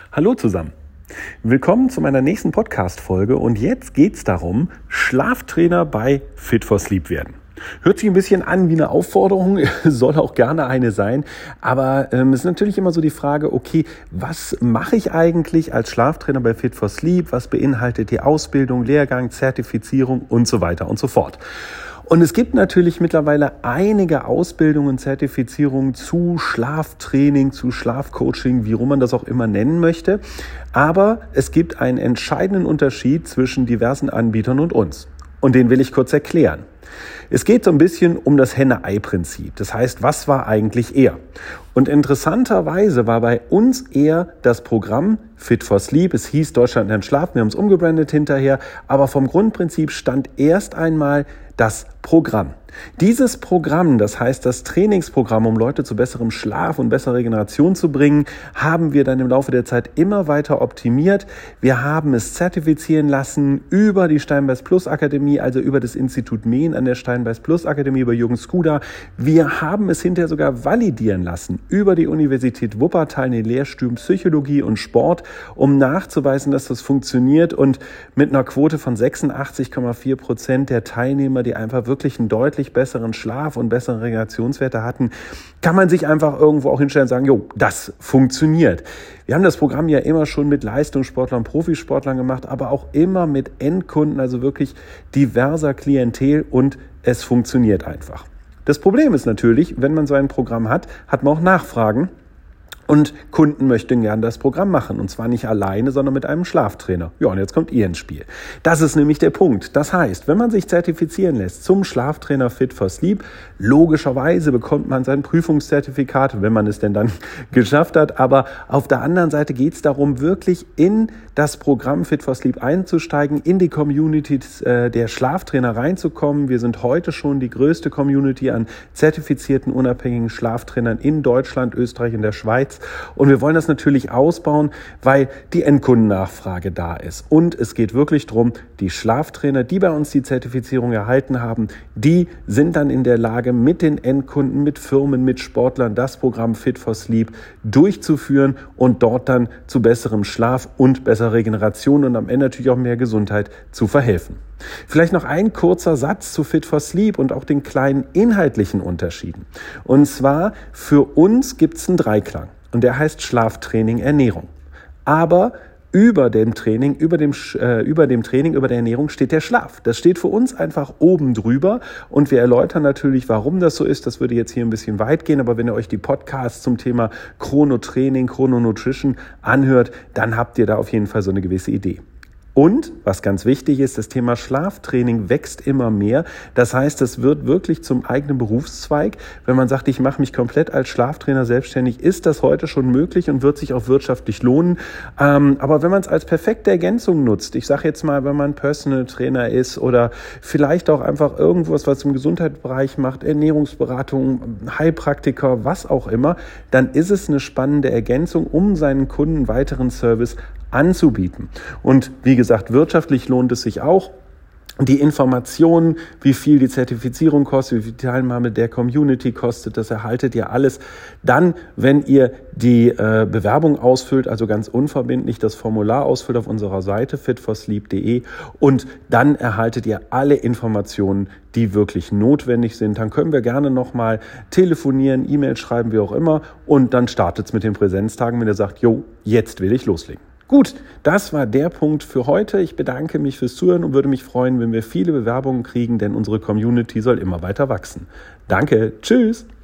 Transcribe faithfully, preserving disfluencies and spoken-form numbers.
Hallo zusammen. Willkommen zu meiner nächsten Podcast-Folge und jetzt geht's darum, Schlaftrainer bei Fit for Sleep werden. Hört sich ein bisschen an wie eine Aufforderung, soll auch gerne eine sein, aber ähm, es ist natürlich immer so die Frage, okay, was mache ich eigentlich als Schlaftrainer bei Fit for Sleep? Was beinhaltet die Ausbildung, Lehrgang, Zertifizierung und so weiter und so fort? Und es gibt natürlich mittlerweile einige Ausbildungen, Zertifizierungen zu Schlaftraining, zu Schlafcoaching, wie rum man das auch immer nennen möchte. Aber es gibt einen entscheidenden Unterschied zwischen diversen Anbietern und uns. Und den will ich kurz erklären. Es geht so ein bisschen um das Henne-Ei-Prinzip. Das heißt, was war eigentlich eher? Und interessanterweise war bei uns eher das Programm Fit for Sleep. Es hieß Deutschland lernt schlafen, wir haben es umgebrandet hinterher. Aber vom Grundprinzip stand erst einmal das Programm. Dieses Programm, das heißt das Trainingsprogramm, um Leute zu besserem Schlaf und besserer Regeneration zu bringen, haben wir dann im Laufe der Zeit immer weiter optimiert. Wir haben es zertifizieren lassen über die Steinbeis Plus Akademie, also über das Institut Mehn an der Steinbeis Plus Akademie, über Jürgen Skuda. Wir haben es hinterher sogar validieren lassen über die Universität Wuppertal in den Lehrstühlen Psychologie und Sport, um nachzuweisen, dass das funktioniert und mit einer Quote von sechsundachtzig Komma vier Prozent der Teilnehmer, die einfach wirklich einen deutlich besseren Schlaf und bessere Regenerationswerte hatten, kann man sich einfach irgendwo auch hinstellen und sagen, jo, das funktioniert. Wir haben das Programm ja immer schon mit Leistungssportlern, Profisportlern gemacht, aber auch immer mit Endkunden, also wirklich diverser Klientel und es funktioniert einfach. Das Problem ist natürlich, wenn man so ein Programm hat, hat man auch Nachfragen. Und Kunden möchten gern das Programm machen. Und zwar nicht alleine, sondern mit einem Schlaftrainer. Ja, und jetzt kommt ihr ins Spiel. Das ist nämlich der Punkt. Das heißt, wenn man sich zertifizieren lässt zum Schlaftrainer Fit for Sleep, logischerweise bekommt man sein Prüfungszertifikat, wenn man es denn dann geschafft hat. Aber auf der anderen Seite geht es darum, wirklich in das Programm Fit for Sleep einzusteigen, in die Community äh, der Schlaftrainer reinzukommen. Wir sind heute schon die größte Community an zertifizierten, unabhängigen Schlaftrainern in Deutschland, Österreich und der Schweiz. Und wir wollen das natürlich ausbauen, weil die Endkundennachfrage da ist. Und es geht wirklich darum, die Schlaftrainer, die bei uns die Zertifizierung erhalten haben, die sind dann in der Lage, mit den Endkunden, mit Firmen, mit Sportlern das Programm Fit for Sleep durchzuführen und dort dann zu besserem Schlaf und besserer Regeneration und am Ende natürlich auch mehr Gesundheit zu verhelfen. Vielleicht noch ein kurzer Satz zu Fit for Sleep und auch den kleinen inhaltlichen Unterschieden. Und zwar, für uns gibt es einen Dreiklang. Und der heißt Schlaftraining, Ernährung. Aber über dem Training, über dem, äh, über dem Training, über der Ernährung steht der Schlaf. Das steht für uns einfach oben drüber. Und wir erläutern natürlich, warum das so ist. Das würde jetzt hier ein bisschen weit gehen. Aber wenn ihr euch die Podcasts zum Thema Chronotraining, Chrononutrition anhört, dann habt ihr da auf jeden Fall so eine gewisse Idee. Und, was ganz wichtig ist, das Thema Schlaftraining wächst immer mehr. Das heißt, es wird wirklich zum eigenen Berufszweig. Wenn man sagt, ich mache mich komplett als Schlaftrainer selbstständig, ist das heute schon möglich und wird sich auch wirtschaftlich lohnen. Ähm, aber wenn man es als perfekte Ergänzung nutzt, ich sage jetzt mal, wenn man Personal Trainer ist oder vielleicht auch einfach irgendwas, was im Gesundheitsbereich macht, Ernährungsberatung, Heilpraktiker, was auch immer, dann ist es eine spannende Ergänzung, um seinen Kunden weiteren Service anzubieten. Und wie gesagt, wirtschaftlich lohnt es sich auch. Die Informationen, wie viel die Zertifizierung kostet, wie viel die Teilnahme der Community kostet, das erhaltet ihr alles dann, wenn ihr die äh, Bewerbung ausfüllt, also ganz unverbindlich das Formular ausfüllt auf unserer Seite fit for sleep punkt de und dann erhaltet ihr alle Informationen, die wirklich notwendig sind. Dann können wir gerne nochmal telefonieren, E-Mail schreiben, wie auch immer und dann startet es mit den Präsenztagen, wenn ihr sagt, jo, jetzt will ich loslegen. Gut, das war der Punkt für heute. Ich bedanke mich fürs Zuhören und würde mich freuen, wenn wir viele Bewerbungen kriegen, denn unsere Community soll immer weiter wachsen. Danke, tschüss!